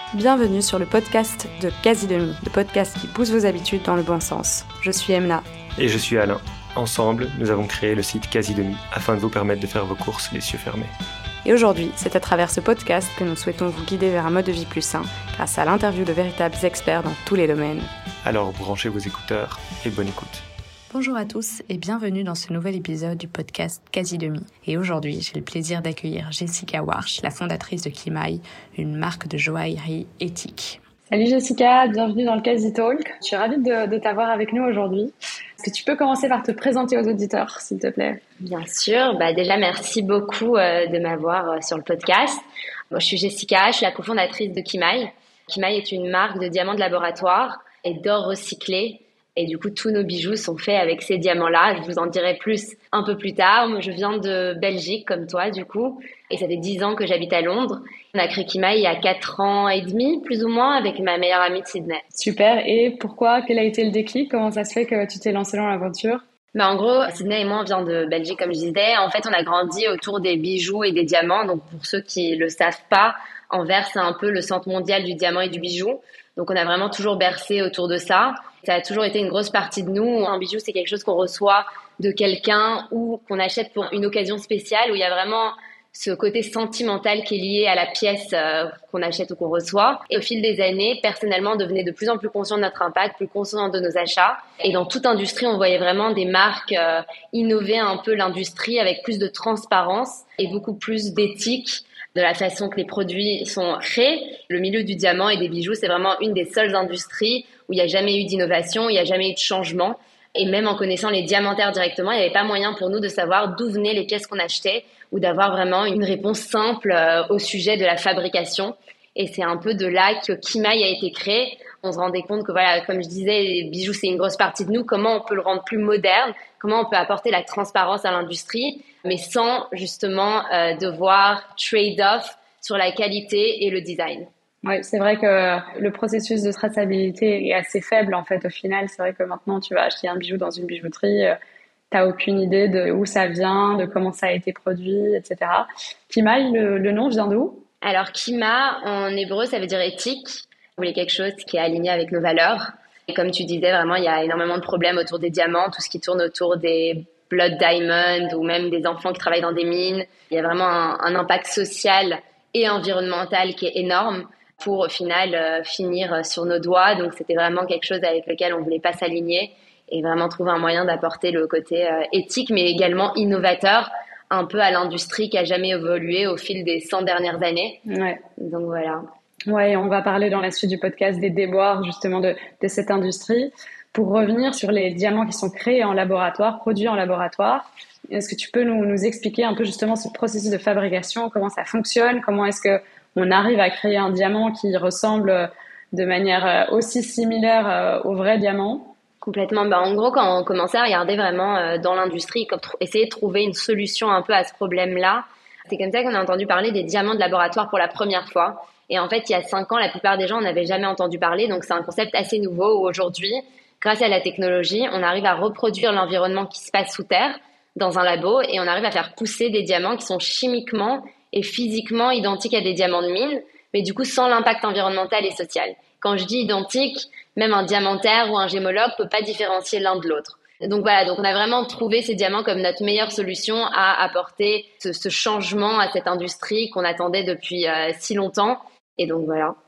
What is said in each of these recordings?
Bienvenue sur le podcast de Quasi Demi, le podcast qui pousse vos habitudes dans le bon sens. Je suis Emna. Et je suis Alain. Ensemble, nous avons créé le site Quasi Demi afin de vous permettre de faire vos courses les yeux fermés. Et aujourd'hui, c'est à travers ce podcast que nous souhaitons vous guider vers un mode de vie plus sain grâce à l'interview de véritables experts dans tous les domaines. Alors branchez vos écouteurs et bonne écoute. Bonjour à tous et bienvenue dans ce nouvel épisode du podcast Quasi Demi. Et aujourd'hui, j'ai le plaisir d'accueillir Jessica Warsh, la fondatrice de Kimai, une marque de joaillerie éthique. Salut Jessica, bienvenue dans le Quasi Talk. Je suis ravie de t'avoir avec nous aujourd'hui. Est-ce que tu peux commencer par te présenter aux auditeurs, s'il te plaît? Bien sûr. Déjà, merci beaucoup de m'avoir sur le podcast. Moi, je suis Jessica, je suis la cofondatrice de Kimai. Kimai est une marque de diamants de laboratoire et d'or recyclé. Et du coup, tous nos bijoux sont faits avec ces diamants-là. Je vous en dirai plus un peu plus tard. Moi, je viens de Belgique, comme toi, du coup. Et ça fait 10 ans que j'habite à Londres. On a créé Kimai il y a 4 ans et demi, plus ou moins, avec ma meilleure amie de Sydney. Super. Et pourquoi? Quel a été le déclic? Comment ça se fait que tu t'es lancée dans l'aventure? En gros, Sydney et moi, on vient de Belgique, comme je disais. En fait, on a grandi autour des bijoux et des diamants. Donc, pour ceux qui le savent pas, Anvers, c'est un peu le centre mondial du diamant et du bijou. Donc, on a vraiment toujours bercé autour de ça. Ça a toujours été une grosse partie de nous. Un bijou, c'est quelque chose qu'on reçoit de quelqu'un ou qu'on achète pour une occasion spéciale où il y a vraiment ce côté sentimental qui est lié à la pièce qu'on achète ou qu'on reçoit. Et au fil des années, personnellement, on devenait de plus en plus conscient de notre impact, plus conscient de nos achats. Et dans toute industrie, on voyait vraiment des marques innover un peu l'industrie avec plus de transparence et beaucoup plus d'éthique de la façon que les produits sont créés. Le milieu du diamant et des bijoux, c'est vraiment une des seules industries où il n'y a jamais eu d'innovation, il n'y a jamais eu de changement. Et même en connaissant les diamantaires directement, il n'y avait pas moyen pour nous de savoir d'où venaient les pièces qu'on achetait ou d'avoir vraiment une réponse simple au sujet de la fabrication. Et c'est un peu de là que Kimai a été créé. On se rendait compte que, voilà, comme je disais, les bijoux, c'est une grosse partie de nous. Comment on peut le rendre plus moderne? Comment on peut apporter la transparence à l'industrie, mais sans justement devoir trade-off sur la qualité et le design. Oui, c'est vrai que le processus de traçabilité est assez faible en fait au final. C'est vrai que maintenant tu vas acheter un bijou dans une bijouterie, t'as aucune idée de où ça vient, de comment ça a été produit, etc. Kimai, le nom vient d'où? Alors Kima, en hébreu, ça veut dire éthique. On voulait quelque chose qui est aligné avec nos valeurs. Et comme tu disais, vraiment, il y a énormément de problèmes autour des diamants, tout ce qui tourne autour des blood diamonds ou même des enfants qui travaillent dans des mines. Il y a vraiment un impact social et environnemental qui est énorme pour au final finir sur nos doigts. Donc c'était vraiment quelque chose avec lequel on voulait pas s'aligner et vraiment trouver un moyen d'apporter le côté éthique mais également innovateur un peu à l'industrie qui a jamais évolué au fil des 100 dernières années. Ouais. Donc voilà. Ouais, on va parler dans la suite du podcast des déboires justement de cette industrie. Pour revenir sur les diamants qui sont créés en laboratoire, produits en laboratoire, est-ce que tu peux nous expliquer un peu justement ce processus de fabrication, comment ça fonctionne, comment est-ce que on arrive à créer un diamant qui ressemble de manière aussi similaire au vrai diamant? Complètement. En gros, quand on commençait à regarder vraiment dans l'industrie, essayer de trouver une solution un peu à ce problème-là, c'est comme ça qu'on a entendu parler des diamants de laboratoire pour la première fois. Et en fait, il y a 5 ans, la plupart des gens n'avaient jamais entendu parler. Donc, c'est un concept assez nouveau où aujourd'hui, grâce à la technologie, on arrive à reproduire l'environnement qui se passe sous terre dans un labo et on arrive à faire pousser des diamants qui sont chimiquement et physiquement identiques à des diamants de mine, mais du coup sans l'impact environnemental et social. Quand je dis identique, même un diamantaire ou un gémologue peut pas différencier l'un de l'autre. Donc voilà, donc on a vraiment trouvé ces diamants comme notre meilleure solution à apporter ce changement à cette industrie qu'on attendait depuis si longtemps. Et donc voilà.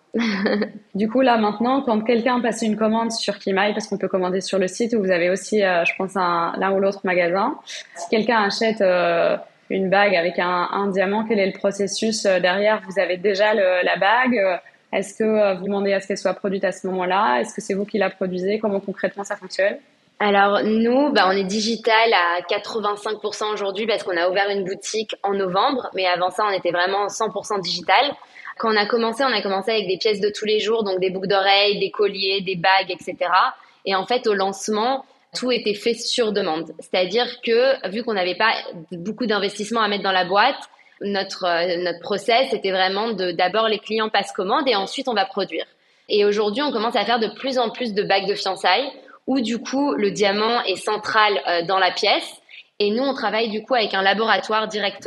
Du coup, là, maintenant, quand quelqu'un passe une commande sur Kimai, parce qu'on peut commander sur le site, où vous avez aussi, je pense, l'un ou l'autre magasin, si quelqu'un achète une bague avec un diamant, quel est le processus derrière? Vous avez déjà la bague? Est-ce que vous demandez à ce qu'elle soit produite à ce moment-là? Est-ce que c'est vous qui la produisez? Comment concrètement ça fonctionne? Alors nous, on est digital à 85% aujourd'hui parce qu'on a ouvert une boutique en novembre, mais avant ça, on était vraiment 100% digital. Quand on a commencé avec des pièces de tous les jours, donc des boucles d'oreilles, des colliers, des bagues, etc. Et en fait, au lancement, tout était fait sur demande. C'est-à-dire que, vu qu'on n'avait pas beaucoup d'investissement à mettre dans la boîte, notre process était vraiment d'abord les clients passent commande et ensuite on va produire. Et aujourd'hui, on commence à faire de plus en plus de bagues de fiançailles où du coup, le diamant est central dans la pièce. Et nous, on travaille du coup avec un laboratoire directement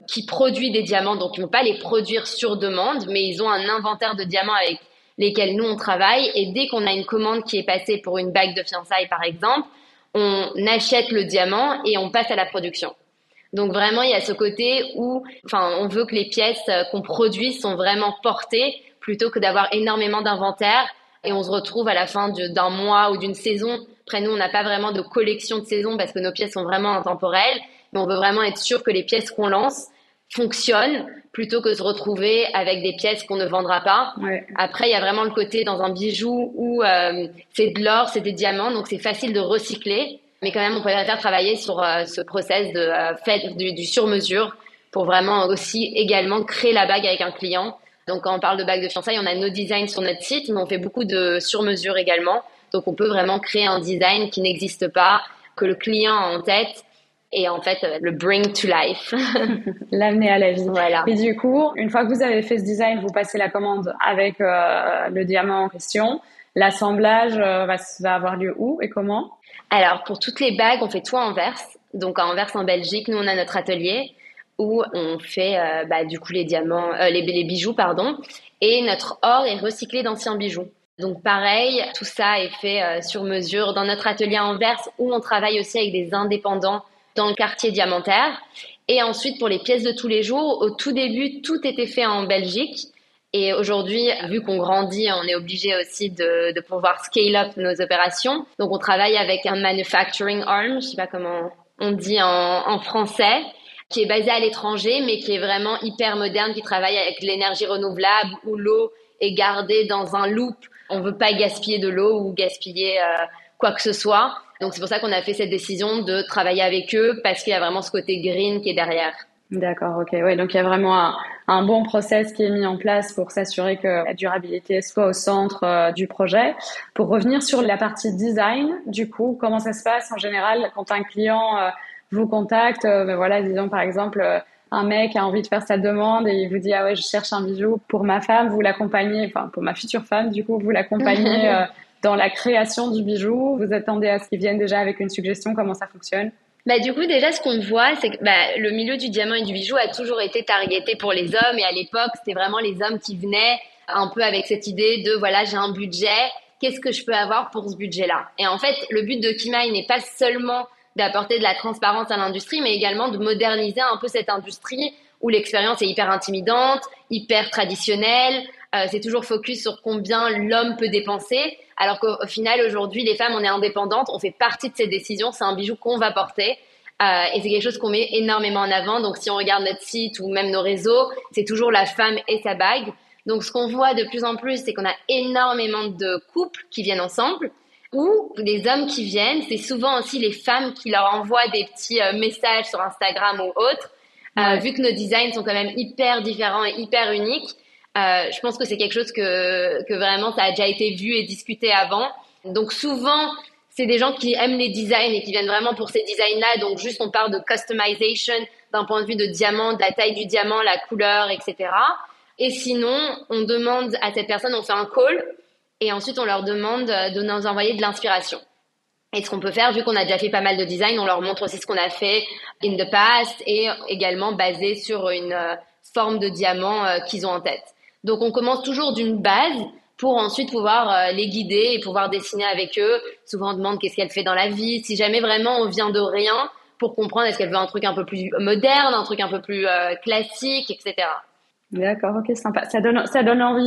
qui produit des diamants, donc ils vont pas les produire sur demande, mais ils ont un inventaire de diamants avec lesquels nous on travaille. Et dès qu'on a une commande qui est passée pour une bague de fiançailles par exemple, on achète le diamant et on passe à la production. Donc vraiment, il y a ce côté où, on veut que les pièces qu'on produit sont vraiment portées plutôt que d'avoir énormément d'inventaire et on se retrouve à la fin d'un mois ou d'une saison. Après, nous, on n'a pas vraiment de collection de saison parce que nos pièces sont vraiment intemporelles, mais on veut vraiment être sûr que les pièces qu'on lance fonctionnent plutôt que de se retrouver avec des pièces qu'on ne vendra pas. Ouais. Après, il y a vraiment le côté dans un bijou où c'est de l'or, c'est des diamants, donc c'est facile de recycler. Mais quand même, on préfère travailler sur ce process de fait du sur-mesure pour vraiment aussi également créer la bague avec un client. Donc, quand on parle de bague de fiançailles, on a nos designs sur notre site, mais on fait beaucoup de sur-mesure également. Donc, on peut vraiment créer un design qui n'existe pas, que le client a en tête et en fait, le bring to life. L'amener à la vie. Voilà. Et du coup, une fois que vous avez fait ce design, vous passez la commande avec le diamant en question. L'assemblage va avoir lieu où et comment? Alors, pour toutes les bagues, on fait tout à Anvers. Donc, à Anvers, en Belgique, nous, on a notre atelier où on fait du coup les diamants, les bijoux, pardon. Et notre or est recyclé d'anciens bijoux. Donc, pareil, tout ça est fait sur mesure dans notre atelier à Anvers où on travaille aussi avec des indépendants dans le quartier diamantaire. Et ensuite, pour les pièces de tous les jours, au tout début, tout était fait en Belgique. Et aujourd'hui, vu qu'on grandit, on est obligé aussi de pouvoir scale up nos opérations. Donc, on travaille avec un manufacturing arm, je sais pas comment on dit en français, qui est basé à l'étranger, mais qui est vraiment hyper moderne, qui travaille avec l'énergie renouvelable, où l'eau est gardée dans un loop. On veut pas gaspiller de l'eau ou gaspiller quoi que ce soit. Donc, c'est pour ça qu'on a fait cette décision de travailler avec eux, parce qu'il y a vraiment ce côté green qui est derrière. D'accord, ok. Ouais, donc il y a vraiment un bon process qui est mis en place pour s'assurer que la durabilité soit au centre du projet. Pour revenir sur la partie design, du coup, comment ça se passe en général quand un client vous contacte? Disons par exemple un mec a envie de faire sa demande et il vous dit ah ouais, je cherche un bijou pour ma femme, vous l'accompagnez, enfin pour ma future femme, du coup, vous l'accompagnez dans la création du bijou. Vous attendez à ce qu'il vienne déjà avec une suggestion, comment ça fonctionne? Du coup, déjà, ce qu'on voit, c'est que le milieu du diamant et du bijou a toujours été targeté pour les hommes. Et à l'époque, c'était vraiment les hommes qui venaient un peu avec cette idée de, voilà, j'ai un budget, qu'est-ce que je peux avoir pour ce budget-là? Et en fait, le but de Kimai n'est pas seulement d'apporter de la transparence à l'industrie, mais également de moderniser un peu cette industrie où l'expérience est hyper intimidante, hyper traditionnelle. C'est toujours focus sur combien l'homme peut dépenser, alors qu'au final, aujourd'hui, les femmes, on est indépendantes, on fait partie de ces décisions, c'est un bijou qu'on va porter, et c'est quelque chose qu'on met énormément en avant. Donc, si on regarde notre site ou même nos réseaux, c'est toujours la femme et sa bague. Donc, ce qu'on voit de plus en plus, c'est qu'on a énormément de couples qui viennent ensemble, ou des hommes qui viennent. C'est souvent aussi les femmes qui leur envoient des petits messages sur Instagram ou autre. Vu que nos designs sont quand même hyper différents et hyper uniques, je pense que c'est quelque chose que vraiment ça a déjà été vu et discuté avant. Donc souvent, c'est des gens qui aiment les designs et qui viennent vraiment pour ces designs-là. Donc juste on parle de customization d'un point de vue de diamant, de la taille du diamant, la couleur, etc. Et sinon, on demande à cette personne, on fait un call et ensuite on leur demande de nous envoyer de l'inspiration. Et ce qu'on peut faire, vu qu'on a déjà fait pas mal de design, on leur montre aussi ce qu'on a fait in the past et également basé sur une forme de diamant qu'ils ont en tête. Donc, on commence toujours d'une base pour ensuite pouvoir les guider et pouvoir dessiner avec eux. Souvent, on demande qu'est-ce qu'elle fait dans la vie. Si jamais vraiment on vient de rien, pour comprendre est-ce qu'elle veut un truc un peu plus moderne, un truc un peu plus classique, etc. D'accord, ok, sympa. Ça donne envie.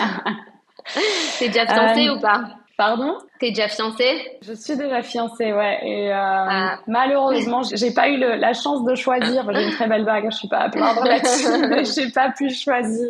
T'es déjà fiancée ou pas? Pardon? T'es déjà fiancée? Je suis déjà fiancée, ouais. Et malheureusement, j'ai pas eu la chance de choisir. J'ai une très belle bague, je suis pas à plaindre là-dessus, mais j'ai pas pu choisir.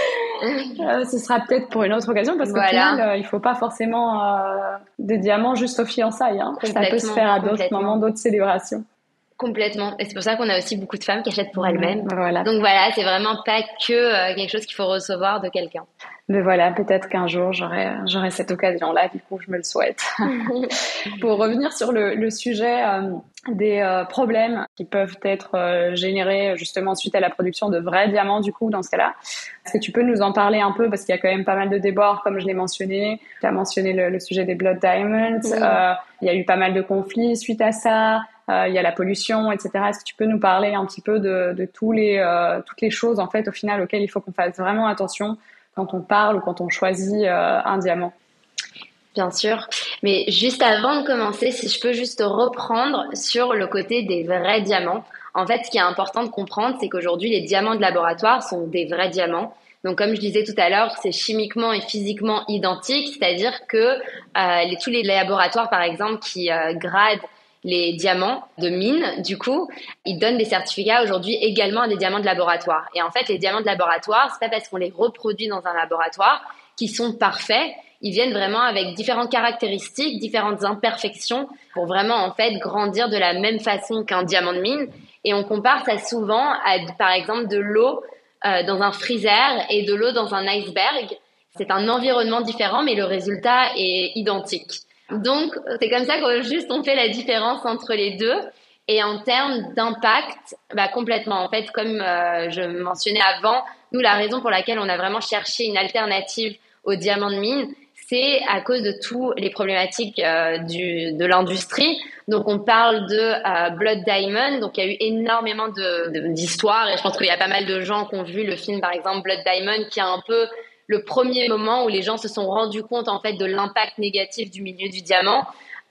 Ce sera peut-être pour une autre occasion parce qu'au final, il faut pas forcément des diamants juste aux fiançailles. Hein. Ça peut se faire à d'autres moments, d'autres célébrations. Complètement. Et c'est pour ça qu'on a aussi beaucoup de femmes qui achètent pour elles-mêmes. Voilà. Donc voilà, c'est vraiment pas que quelque chose qu'il faut recevoir de quelqu'un. Mais voilà, peut-être qu'un jour j'aurai cette occasion-là. Du coup, je me le souhaite. Pour revenir sur le sujet des problèmes qui peuvent être générés justement suite à la production de vrais diamants, du coup, dans ce cas-là, est-ce que tu peux nous en parler un peu parce qu'il y a quand même pas mal de débords, comme je l'ai mentionné. Tu as mentionné le sujet des blood diamonds. Il y a eu pas mal de conflits suite à ça. il y a la pollution, etc. Est-ce que tu peux nous parler un petit peu de toutes les choses, en fait, au final, auxquelles il faut qu'on fasse vraiment attention quand on parle ou quand on choisit un diamant? Bien sûr. Mais juste avant de commencer, si je peux juste reprendre sur le côté des vrais diamants. En fait, ce qui est important de comprendre, c'est qu'aujourd'hui, les diamants de laboratoire sont des vrais diamants. Donc, comme je disais tout à l'heure, c'est chimiquement et physiquement identique, c'est-à-dire que tous les laboratoires, par exemple, qui gradent les diamants de mine, du coup, ils donnent des certificats aujourd'hui également à des diamants de laboratoire. Et en fait, les diamants de laboratoire, c'est pas parce qu'on les reproduit dans un laboratoire qu'ils sont parfaits. Ils viennent vraiment avec différentes caractéristiques, différentes imperfections pour vraiment, en fait, grandir de la même façon qu'un diamant de mine. Et on compare ça souvent à, par exemple, de l'eau dans un freezer et de l'eau dans un iceberg. C'est un environnement différent, mais le résultat est identique. Donc, c'est comme ça qu'on juste on fait la différence entre les deux. Et en termes d'impact, complètement. En fait, comme je mentionnais avant, nous, la raison pour laquelle on a vraiment cherché une alternative aux diamants de mine, c'est à cause de toutes les problématiques de l'industrie. Donc, on parle de Blood Diamond. Donc, il y a eu énormément d'histoires et je pense qu'il y a pas mal de gens qui ont vu le film, par exemple, Blood Diamond, qui est un peu le premier moment où les gens se sont rendus compte, en fait, de l'impact négatif du milieu du diamant.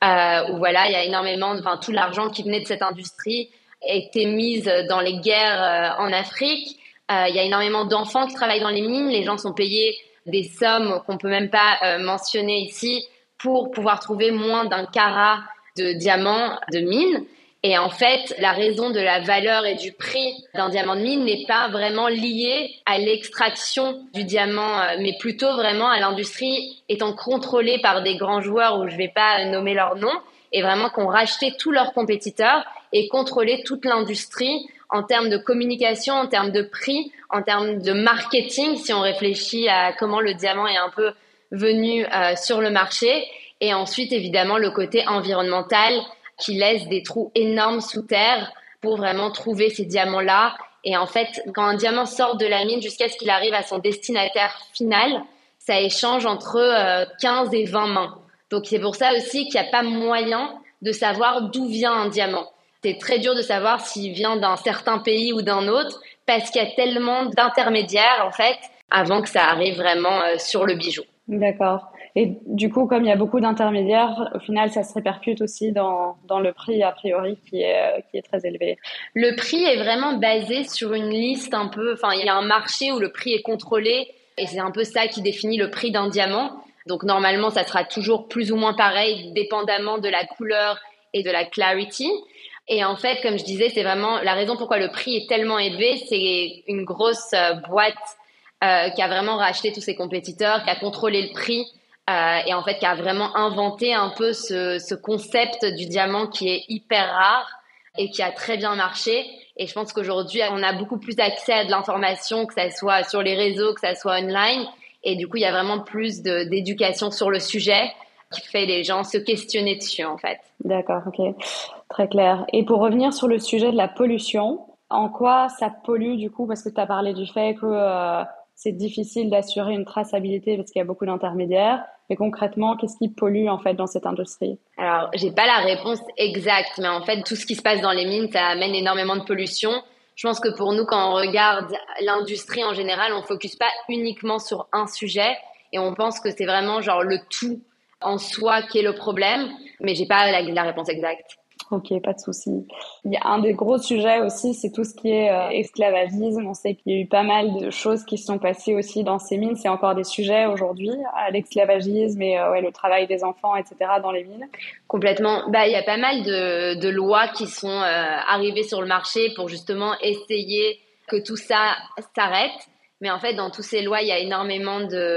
Où voilà, il y a énormément, tout l'argent qui venait de cette industrie était mise dans les guerres en Afrique. Il y a énormément d'enfants qui travaillent dans les mines. Les gens sont payés des sommes qu'on peut même pas mentionner ici pour pouvoir trouver moins d'un carat de diamants de mine. Et en fait, la raison de la valeur et du prix d'un diamant de mine n'est pas vraiment liée à l'extraction du diamant, mais plutôt vraiment à l'industrie étant contrôlée par des grands joueurs où je vais pas nommer leur nom, et vraiment qu'on rachetait tous leurs compétiteurs et contrôlait toute l'industrie en termes de communication, en termes de prix, en termes de marketing, si on réfléchit à comment le diamant est un peu venu sur le marché. Et ensuite, évidemment, le côté environnemental qui laisse des trous énormes sous terre pour vraiment trouver ces diamants-là. Et en fait, quand un diamant sort de la mine jusqu'à ce qu'il arrive à son destinataire final, ça échange entre 15 et 20 mains. Donc, c'est pour ça aussi qu'il n'y a pas moyen de savoir d'où vient un diamant. C'est très dur de savoir s'il vient d'un certain pays ou d'un autre parce qu'il y a tellement d'intermédiaires, en fait, avant que ça arrive vraiment sur le bijou. D'accord. Et du coup, comme il y a beaucoup d'intermédiaires, au final, ça se répercute aussi dans le prix, a priori, qui est très élevé. Le prix est vraiment basé sur une liste un peu... il y a un marché où le prix est contrôlé et c'est un peu ça qui définit le prix d'un diamant. Donc, normalement, ça sera toujours plus ou moins pareil, dépendamment de la couleur et de la clarity. Et en fait, comme je disais, c'est vraiment la raison pourquoi le prix est tellement élevé. C'est une grosse boîte qui a vraiment racheté tous ses compétiteurs, qui a contrôlé le prix et en fait qui a vraiment inventé un peu ce concept du diamant qui est hyper rare et qui a très bien marché. Et je pense qu'aujourd'hui, on a beaucoup plus accès à de l'information, que ça soit sur les réseaux, que ça soit online. Et du coup, il y a vraiment plus d'éducation sur le sujet qui fait les gens se questionner dessus, en fait. D'accord, ok. Très clair. Et pour revenir sur le sujet de la pollution, en quoi ça pollue du coup? Parce que tu as parlé du fait que c'est difficile d'assurer une traçabilité parce qu'il y a beaucoup d'intermédiaires. Et concrètement, qu'est-ce qui pollue en fait dans cette industrie? Alors, j'ai pas la réponse exacte, mais en fait, tout ce qui se passe dans les mines, ça amène énormément de pollution. Je pense que pour nous, quand on regarde l'industrie en général, on focus pas uniquement sur un sujet et on pense que c'est vraiment genre le tout en soi qui est le problème, mais j'ai pas la réponse exacte. Ok, pas de souci. Il y a un des gros sujets aussi, c'est tout ce qui est esclavagisme. On sait qu'il y a eu pas mal de choses qui se sont passées aussi dans ces mines. C'est encore des sujets aujourd'hui, l'esclavagisme et le travail des enfants, etc. dans les mines. Complètement. Il y a pas mal de lois qui sont arrivées sur le marché pour justement essayer que tout ça s'arrête. Mais en fait, dans toutes ces lois, il y a énormément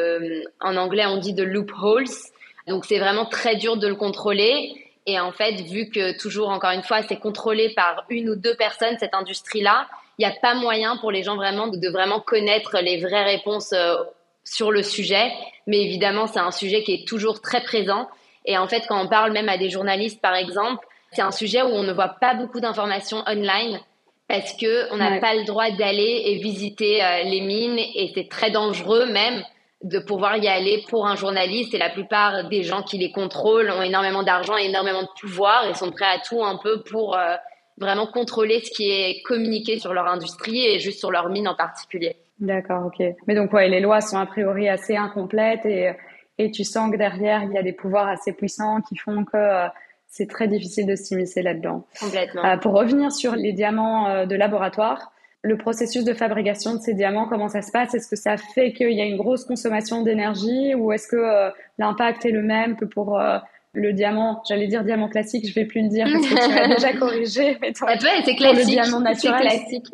en anglais, on dit de loopholes. Donc, c'est vraiment très dur de le contrôler. Et en fait, vu que toujours, encore une fois, c'est contrôlé par une ou deux personnes, cette industrie-là, il n'y a pas moyen pour les gens vraiment de vraiment connaître les vraies réponses sur le sujet. Mais évidemment, c'est un sujet qui est toujours très présent. Et en fait, quand on parle même à des journalistes, par exemple, c'est un sujet où on ne voit pas beaucoup d'informations online parce que on n'a pas le droit d'aller et visiter les mines et c'est très dangereux même de pouvoir y aller pour un journaliste. Et la plupart des gens qui les contrôlent ont énormément d'argent, énormément de pouvoir et sont prêts à tout un peu pour vraiment contrôler ce qui est communiqué sur leur industrie et juste sur leur mine en particulier. D'accord, ok. Mais donc, les lois sont a priori assez incomplètes et tu sens que derrière, il y a des pouvoirs assez puissants qui font que c'est très difficile de s'immiscer là-dedans. Complètement. Pour revenir sur les diamants de laboratoire, le processus de fabrication de ces diamants, comment ça se passe? Est-ce que ça fait qu'il y a une grosse consommation d'énergie ou est-ce que l'impact est le même que pour le diamant, j'allais dire diamant classique, je vais plus le dire parce que tu m'as déjà corrigé. Mais ça peut être, c'est classique. Le diamant naturel. C'est classique.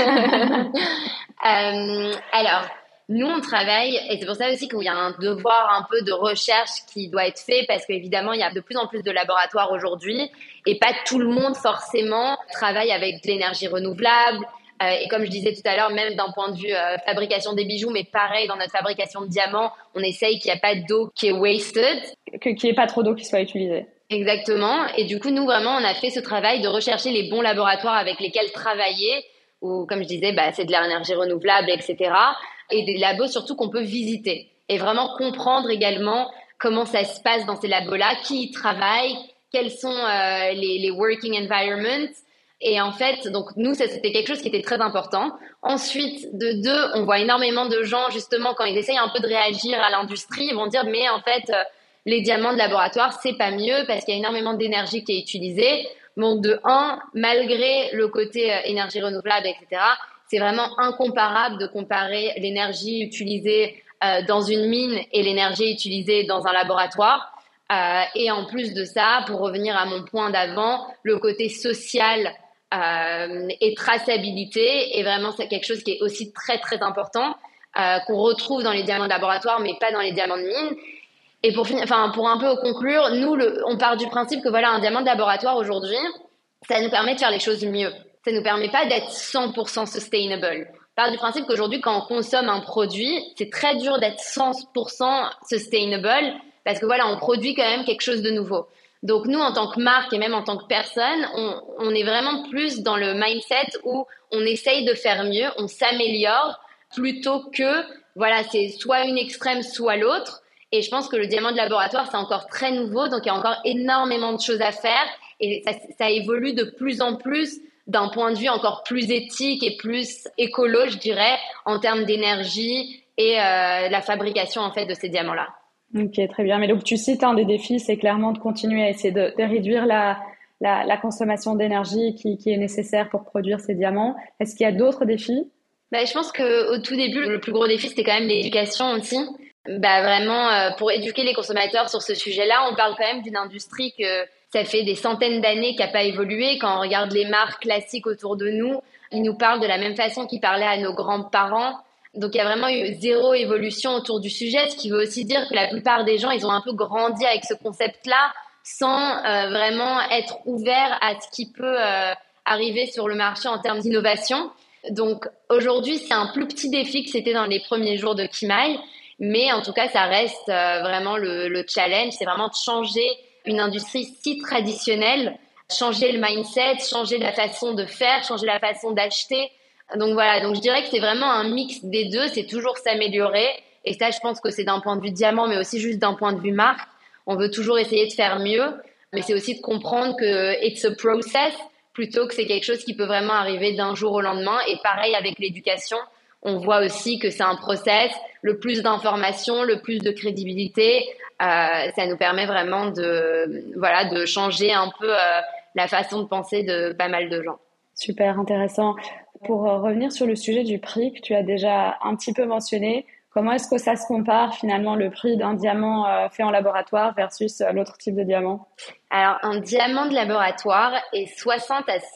Alors, nous, on travaille, et c'est pour ça aussi qu'il y a un devoir un peu de recherche qui doit être fait parce qu'évidemment, il y a de plus en plus de laboratoires aujourd'hui et pas tout le monde forcément travaille avec de l'énergie renouvelable. Et comme je disais tout à l'heure, même d'un point de vue fabrication des bijoux, mais pareil, dans notre fabrication de diamants, on essaye qu'il n'y a pas d'eau qui est wasted. Qu'il n'y ait pas trop d'eau qui soit utilisée. Exactement. Et du coup, nous, vraiment, on a fait ce travail de rechercher les bons laboratoires avec lesquels travailler, où, comme je disais, c'est de l'énergie renouvelable, etc. Et des labos surtout qu'on peut visiter. Et vraiment comprendre également comment ça se passe dans ces labos-là, qui y travaillent, quels sont les working environments. Et en fait, donc nous, ça, c'était quelque chose qui était très important. Ensuite, de deux, on voit énormément de gens, justement, quand ils essayent un peu de réagir à l'industrie, ils vont dire, mais en fait, les diamants de laboratoire, c'est pas mieux parce qu'il y a énormément d'énergie qui est utilisée. Donc, de un, malgré le côté énergie renouvelable, etc., c'est vraiment incomparable de comparer l'énergie utilisée dans une mine et l'énergie utilisée dans un laboratoire. Et en plus de ça, pour revenir à mon point d'avant, le côté social et traçabilité est vraiment quelque chose qui est aussi très très important qu'on retrouve dans les diamants de laboratoire mais pas dans les diamants de mine. Et pour un peu conclure, nous on part du principe que voilà, un diamant de laboratoire aujourd'hui, ça nous permet de faire les choses mieux. Ça nous permet pas d'être 100% sustainable. On part du principe qu'aujourd'hui quand on consomme un produit, c'est très dur d'être 100% sustainable parce que voilà, on produit quand même quelque chose de nouveau. Donc nous, en tant que marque et même en tant que personne, on est vraiment plus dans le mindset où on essaye de faire mieux, on s'améliore plutôt que, voilà, c'est soit une extrême, soit l'autre. Et je pense que le diamant de laboratoire, c'est encore très nouveau, donc il y a encore énormément de choses à faire et ça évolue de plus en plus d'un point de vue encore plus éthique et plus écolo, je dirais, en termes d'énergie et la fabrication en fait de ces diamants-là. Ok, très bien. Mais donc, tu cites un des défis, c'est clairement de continuer à essayer de réduire la consommation d'énergie qui est nécessaire pour produire ces diamants. Est-ce qu'il y a d'autres défis? Je pense qu'au tout début, le plus gros défi, c'était quand même l'éducation aussi. Vraiment, pour éduquer les consommateurs sur ce sujet-là, on parle quand même d'une industrie que ça fait des centaines d'années qui n'a pas évolué. Quand on regarde les marques classiques autour de nous, ils nous parlent de la même façon qu'ils parlaient à nos grands-parents. Donc, il y a vraiment eu zéro évolution autour du sujet, ce qui veut aussi dire que la plupart des gens, ils ont un peu grandi avec ce concept-là sans vraiment être ouverts à ce qui peut arriver sur le marché en termes d'innovation. Donc, aujourd'hui, c'est un plus petit défi que c'était dans les premiers jours de Kimai, mais en tout cas, ça reste vraiment le challenge. C'est vraiment de changer une industrie si traditionnelle, changer le mindset, changer la façon de faire, changer la façon d'acheter. Donc voilà, donc je dirais que c'est vraiment un mix des deux, c'est toujours s'améliorer. Et ça, je pense que c'est d'un point de vue diamant, mais aussi juste d'un point de vue marque. On veut toujours essayer de faire mieux, mais c'est aussi de comprendre que it's a process plutôt que c'est quelque chose qui peut vraiment arriver d'un jour au lendemain. Et pareil avec l'éducation, on voit aussi que c'est un process. Le plus d'informations, le plus de crédibilité, ça nous permet vraiment de changer un peu la façon de penser de pas mal de gens. Super intéressant. Pour revenir sur le sujet du prix que tu as déjà un petit peu mentionné, comment est-ce que ça se compare finalement le prix d'un diamant fait en laboratoire versus l'autre type de diamant? Alors, un diamant de laboratoire est 60 à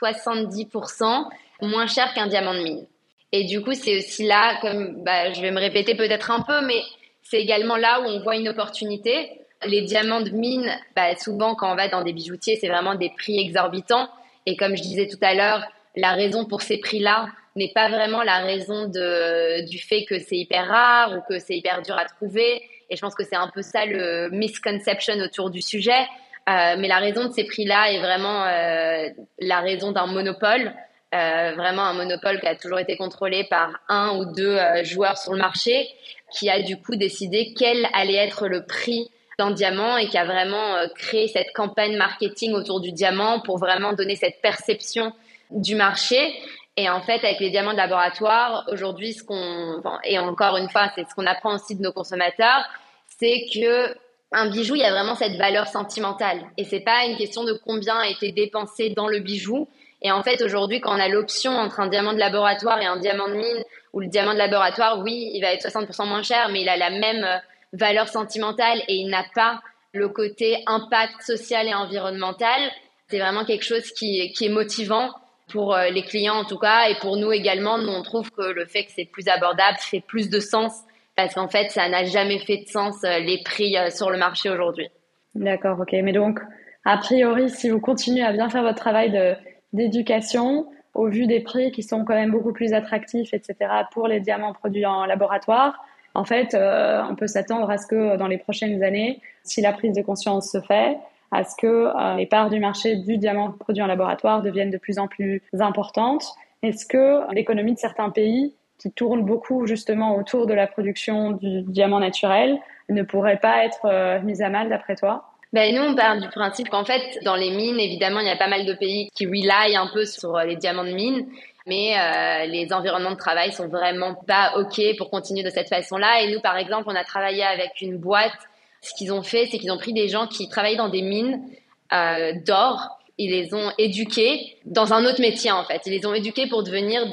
70% moins cher qu'un diamant de mine. Et du coup, c'est aussi là, comme je vais me répéter peut-être un peu, mais c'est également là où on voit une opportunité. Les diamants de mine, souvent quand on va dans des bijoutiers, c'est vraiment des prix exorbitants. Et comme je disais tout à l'heure, la raison pour ces prix-là n'est pas vraiment la raison du fait que c'est hyper rare ou que c'est hyper dur à trouver. Et je pense que c'est un peu ça le misconception autour du sujet. Mais la raison de ces prix-là est vraiment la raison d'un monopole. vraiment un monopole qui a toujours été contrôlé par un ou deux joueurs sur le marché, qui a du coup décidé quel allait être le prix d'un diamant et qui a vraiment créé cette campagne marketing autour du diamant pour vraiment donner cette perception du marché. Et en fait, avec les diamants de laboratoire, aujourd'hui, et encore une fois, c'est ce qu'on apprend aussi de nos consommateurs, c'est que un bijou, il y a vraiment cette valeur sentimentale. Et c'est pas une question de combien a été dépensé dans le bijou. Et en fait, aujourd'hui, quand on a l'option entre un diamant de laboratoire et un diamant de mine, où le diamant de laboratoire, oui, il va être 60% moins cher, mais il a la même valeur sentimentale et il n'a pas le côté impact social et environnemental. C'est vraiment quelque chose qui est motivant pour les clients en tout cas, et pour nous également. Nous, on trouve que le fait que c'est plus abordable fait plus de sens, parce qu'en fait, ça n'a jamais fait de sens les prix sur le marché aujourd'hui. D'accord, ok. Mais donc, a priori, si vous continuez à bien faire votre travail d'éducation, au vu des prix qui sont quand même beaucoup plus attractifs, etc., pour les diamants produits en laboratoire, en fait, on peut s'attendre à ce que dans les prochaines années, si la prise de conscience se fait, à ce que les parts du marché du diamant produit en laboratoire deviennent de plus en plus importantes. Est-ce que l'économie de certains pays qui tournent beaucoup justement autour de la production du diamant naturel ne pourrait pas être mise à mal d'après toi? Ben, nous, on part du principe qu'en fait, dans les mines, évidemment, il y a pas mal de pays qui rely un peu sur les diamants de mine, mais les environnements de travail sont vraiment pas OK pour continuer de cette façon-là. Et nous, par exemple, on a travaillé avec une boîte. Ce qu'ils ont fait, c'est qu'ils ont pris des gens qui travaillaient dans des mines d'or. Ils les ont éduqués dans un autre métier, en fait. Ils les ont éduqués pour devenir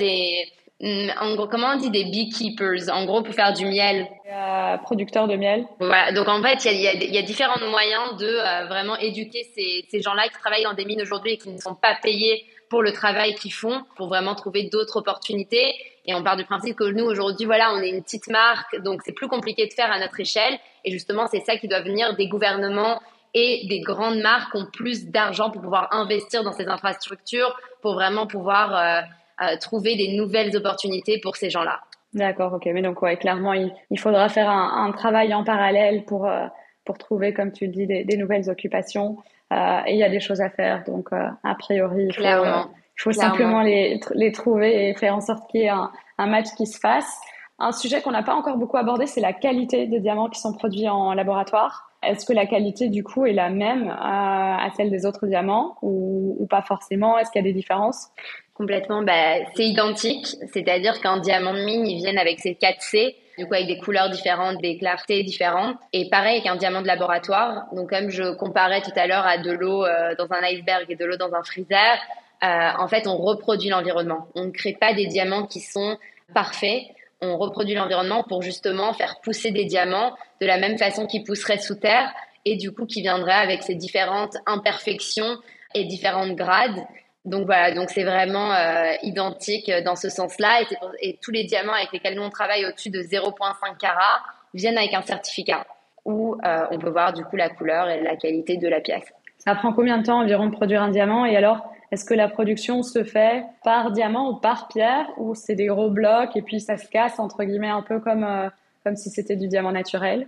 en gros, comment on dit, des beekeepers, en gros, pour faire du miel. Producteurs de miel. Voilà, donc en fait, il y a différents moyens de vraiment éduquer ces gens-là qui travaillent dans des mines aujourd'hui et qui ne sont pas payés pour le travail qu'ils font, pour vraiment trouver d'autres opportunités. Et on part du principe que nous, aujourd'hui, voilà, on est une petite marque, donc c'est plus compliqué de faire à notre échelle. Et justement, c'est ça qui doit venir des gouvernements et des grandes marques qui ont plus d'argent pour pouvoir investir dans ces infrastructures, pour vraiment pouvoir trouver des nouvelles opportunités pour ces gens-là. D'accord, ok. Mais donc, ouais, clairement, il faudra faire un travail en parallèle pour trouver, comme tu le dis, des nouvelles occupations. Et il y a des choses à faire. Donc, a priori, il faut simplement les trouver et faire en sorte qu'il y ait un match qui se fasse. Un sujet qu'on n'a pas encore beaucoup abordé, c'est la qualité des diamants qui sont produits en laboratoire. Est-ce que la qualité, du coup, est la même à celle des autres diamants ou pas forcément? Est-ce qu'il y a des différences? Complètement, c'est identique. C'est-à-dire qu'un diamant de mine, ils viennent avec ses 4C, du coup avec des couleurs différentes, des clartés différentes. Et pareil avec un diamant de laboratoire. Donc comme je comparais tout à l'heure à de l'eau dans un iceberg et de l'eau dans un freezer, en fait, on reproduit l'environnement. On ne crée pas des diamants qui sont parfaits. On reproduit l'environnement pour justement faire pousser des diamants de la même façon qu'ils pousseraient sous terre et du coup qui viendraient avec ces différentes imperfections et différentes grades. Donc voilà, donc c'est vraiment identique dans ce sens-là et tous les diamants avec lesquels nous on travaille au-dessus de 0,5 carats viennent avec un certificat où on peut voir du coup la couleur et la qualité de la pièce. Ça prend combien de temps environ de produire un diamant? Et alors, est-ce que la production se fait par diamant ou par pierre, ou c'est des gros blocs et puis ça se casse entre guillemets un peu comme si c'était du diamant naturel?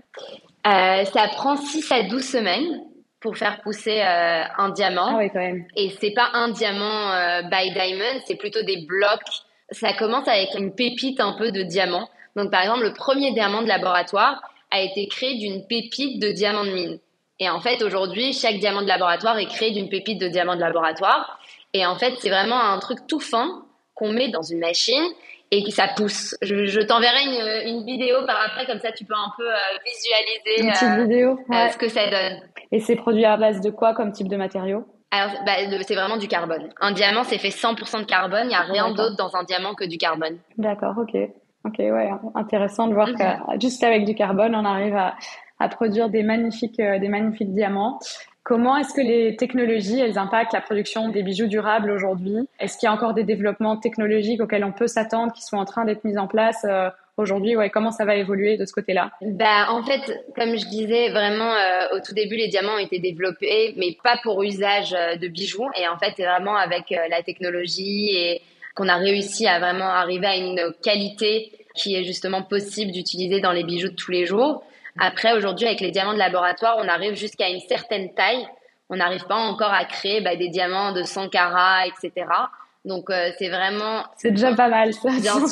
Ça prend 6 à 12 semaines pour faire pousser un diamant. Ah oui, quand même. Et c'est pas un diamant by diamond, c'est plutôt des blocs. Ça commence avec une pépite un peu de diamant. Donc par exemple, le premier diamant de laboratoire a été créé d'une pépite de diamant de mine. Et en fait, aujourd'hui, chaque diamant de laboratoire est créé d'une pépite de diamant de laboratoire. Et en fait, c'est vraiment un truc tout fin qu'on met dans une machine et que ça pousse. Je t'enverrai une vidéo par après, comme ça tu peux un peu visualiser une petite vidéo, ouais. Ce que ça donne. Et c'est produit à base de quoi comme type de matériau? Alors, c'est vraiment du carbone. Un diamant, c'est fait 100% de carbone. Il n'y a rien d'autre dans un diamant que du carbone. D'accord, ok. Ok, ouais, intéressant de voir que juste avec du carbone, on arrive à produire des magnifiques diamants. Comment est-ce que les technologies, elles impactent la production des bijoux durables aujourd'hui? Est-ce qu'il y a encore des développements technologiques auxquels on peut s'attendre, qui sont en train d'être mis en place aujourd'hui? Ouais, comment ça va évoluer de ce côté-là? En fait, comme je disais, vraiment, au tout début, les diamants ont été développés, mais pas pour usage de bijoux. Et en fait, c'est vraiment avec la technologie et qu'on a réussi à vraiment arriver à une qualité qui est justement possible d'utiliser dans les bijoux de tous les jours. Après, aujourd'hui, avec les diamants de laboratoire, on arrive jusqu'à une certaine taille. On n'arrive pas encore à créer des diamants de 100 carats, etc. Donc c'est vraiment... C'est déjà pas mal ça. Bien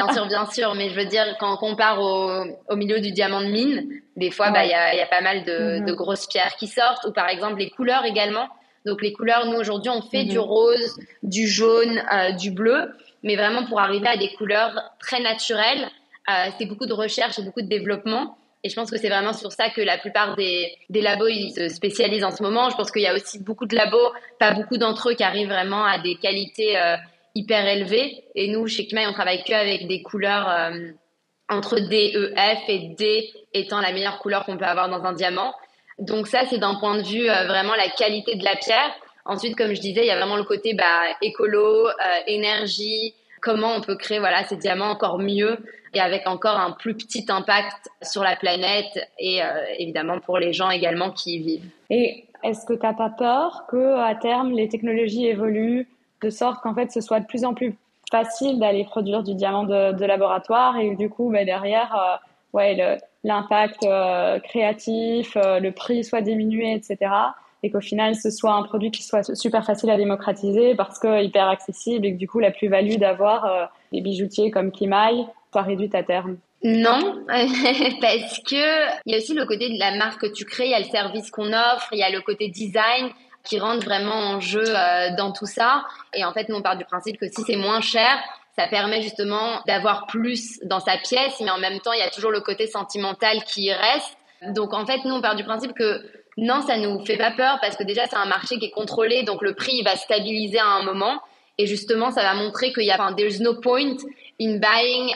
sûr. Mais je veux dire, quand on compare au milieu du diamant de mine, des fois, il y a pas mal de grosses pierres qui sortent. Ou par exemple, les couleurs également. Donc les couleurs, nous aujourd'hui, on fait du rose, du jaune, du bleu. Mais vraiment pour arriver à des couleurs très naturelles, c'est beaucoup de recherche et beaucoup de développement. Et je pense que c'est vraiment sur ça que la plupart des labos ils se spécialisent en ce moment. Je pense qu'il y a aussi beaucoup de labos, pas beaucoup d'entre eux qui arrivent vraiment à des qualités hyper élevées. Et nous, chez Kimai, on travaille qu'avec des couleurs entre D, E, F et D étant la meilleure couleur qu'on peut avoir dans un diamant. Donc ça, c'est d'un point de vue vraiment la qualité de la pierre. Ensuite, comme je disais, il y a vraiment le côté écolo, énergie, comment on peut créer ces diamants encore mieux et avec encore un plus petit impact sur la planète et évidemment pour les gens également qui y vivent. Et est-ce que tu n'as pas peur qu'à terme, les technologies évoluent de sorte qu'en fait, ce soit de plus en plus facile d'aller produire du diamant de laboratoire et du coup, derrière, l'impact créatif, le prix soit diminué, etc. Et qu'au final, ce soit un produit qui soit super facile à démocratiser parce que hyper accessible et que du coup, la plus-value d'avoir des bijoutiers comme Kimai soit réduite à terme. Non, parce que il y a aussi le côté de la marque que tu crées, il y a le service qu'on offre, il y a le côté design qui rentre vraiment en jeu dans tout ça. Et en fait, nous, on part du principe que si c'est moins cher, ça permet justement d'avoir plus dans sa pièce, mais en même temps, il y a toujours le côté sentimental qui y reste. Donc, en fait, nous, on part du principe que non, ça nous fait pas peur parce que déjà, c'est un marché qui est contrôlé, donc le prix, il va stabiliser à un moment. Et justement, ça va montrer qu'il y a, there's no point in buying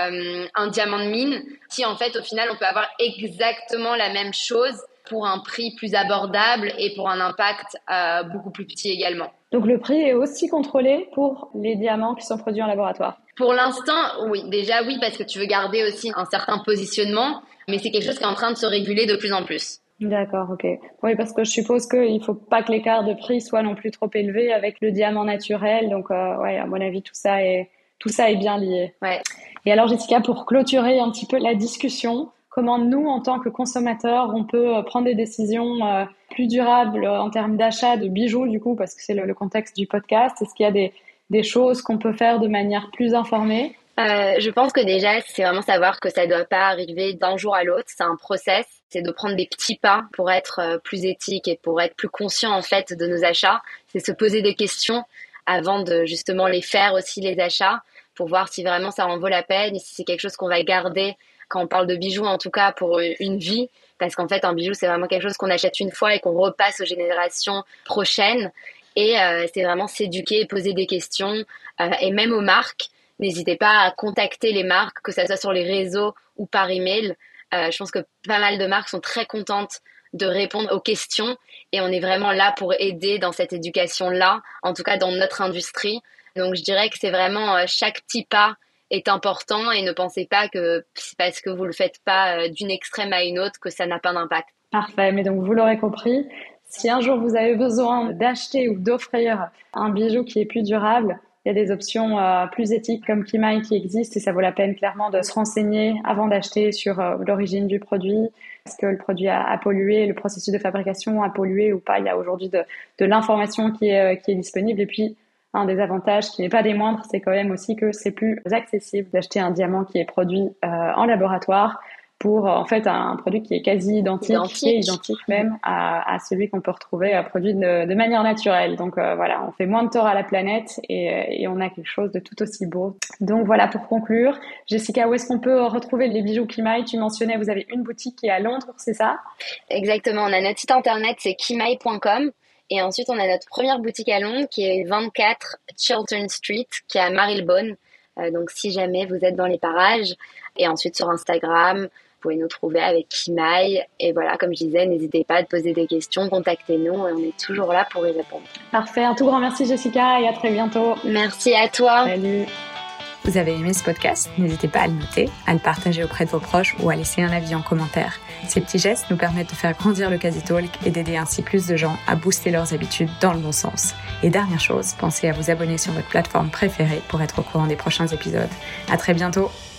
un diamant de mine si, en fait, au final, on peut avoir exactement la même chose pour un prix plus abordable et pour un impact beaucoup plus petit également. Donc, le prix est aussi contrôlé pour les diamants qui sont produits en laboratoire? Pour l'instant, oui. Déjà, oui, parce que tu veux garder aussi un certain positionnement, mais c'est quelque chose qui est en train de se réguler de plus en plus. D'accord, ok. Oui, parce que je suppose qu'il ne faut pas que l'écart de prix soit non plus trop élevé avec le diamant naturel. Donc, à mon avis, tout ça est bien lié. Ouais. Et alors, Jessica, pour clôturer un petit peu la discussion, comment nous, en tant que consommateurs, on peut prendre des décisions plus durables en termes d'achat de bijoux, du coup, parce que c'est le contexte du podcast. Est-ce qu'il y a des choses qu'on peut faire de manière plus informée? Je pense que déjà, c'est vraiment savoir que ça ne doit pas arriver d'un jour à l'autre. C'est un process. C'est de prendre des petits pas pour être plus éthique et pour être plus conscient, en fait, de nos achats. C'est se poser des questions avant de justement les faire aussi, les achats, pour voir si vraiment ça en vaut la peine et si c'est quelque chose qu'on va garder quand on parle de bijoux, en tout cas pour une vie. Parce qu'en fait, un bijou, c'est vraiment quelque chose qu'on achète une fois et qu'on repasse aux générations prochaines. Et c'est vraiment s'éduquer et poser des questions. Et même aux marques, n'hésitez pas à contacter les marques, que ce soit sur les réseaux ou par email. Je pense que pas mal de marques sont très contentes de répondre aux questions et on est vraiment là pour aider dans cette éducation-là, en tout cas dans notre industrie. Donc je dirais que c'est vraiment chaque petit pas est important et ne pensez pas que c'est parce que vous le faites pas d'une extrême à une autre que ça n'a pas d'impact. Parfait, mais donc vous l'aurez compris, si un jour vous avez besoin d'acheter ou d'offrir un bijou qui est plus durable, il y a des options plus éthiques comme Kimai qui existent et ça vaut la peine clairement de se renseigner avant d'acheter sur l'origine du produit. Est-ce que le produit a pollué, le processus de fabrication a pollué ou pas? Il y a aujourd'hui de l'information qui est disponible. Et puis, un des avantages qui n'est pas des moindres, c'est quand même aussi que c'est plus accessible d'acheter un diamant qui est produit en laboratoire pour en fait un produit qui est quasi identique même à celui qu'on peut retrouver produit de manière naturelle. Donc voilà, on fait moins de tort à la planète et on a quelque chose de tout aussi beau. Donc voilà, pour conclure, Jessica, où est-ce qu'on peut retrouver les bijoux Kimai? Tu mentionnais, vous avez une boutique qui est à Londres, c'est ça? Exactement, on a notre site internet, c'est kimai.com. Et ensuite, on a notre première boutique à Londres qui est 24 Chiltern Street, qui est à Marylebone. Donc si jamais vous êtes dans les parages. Et ensuite sur Instagram, vous pouvez nous trouver avec Kimai. Et voilà, comme je disais, n'hésitez pas à poser des questions, contactez-nous et on est toujours là pour y répondre. Parfait, un tout grand merci Jessica et à très bientôt. Merci à toi. Salut. Vous avez aimé ce podcast? N'hésitez pas à le noter, à le partager auprès de vos proches ou à laisser un avis en commentaire. Ces petits gestes nous permettent de faire grandir le Quasi Talk et d'aider ainsi plus de gens à booster leurs habitudes dans le bon sens. Et dernière chose, pensez à vous abonner sur votre plateforme préférée pour être au courant des prochains épisodes. À très bientôt!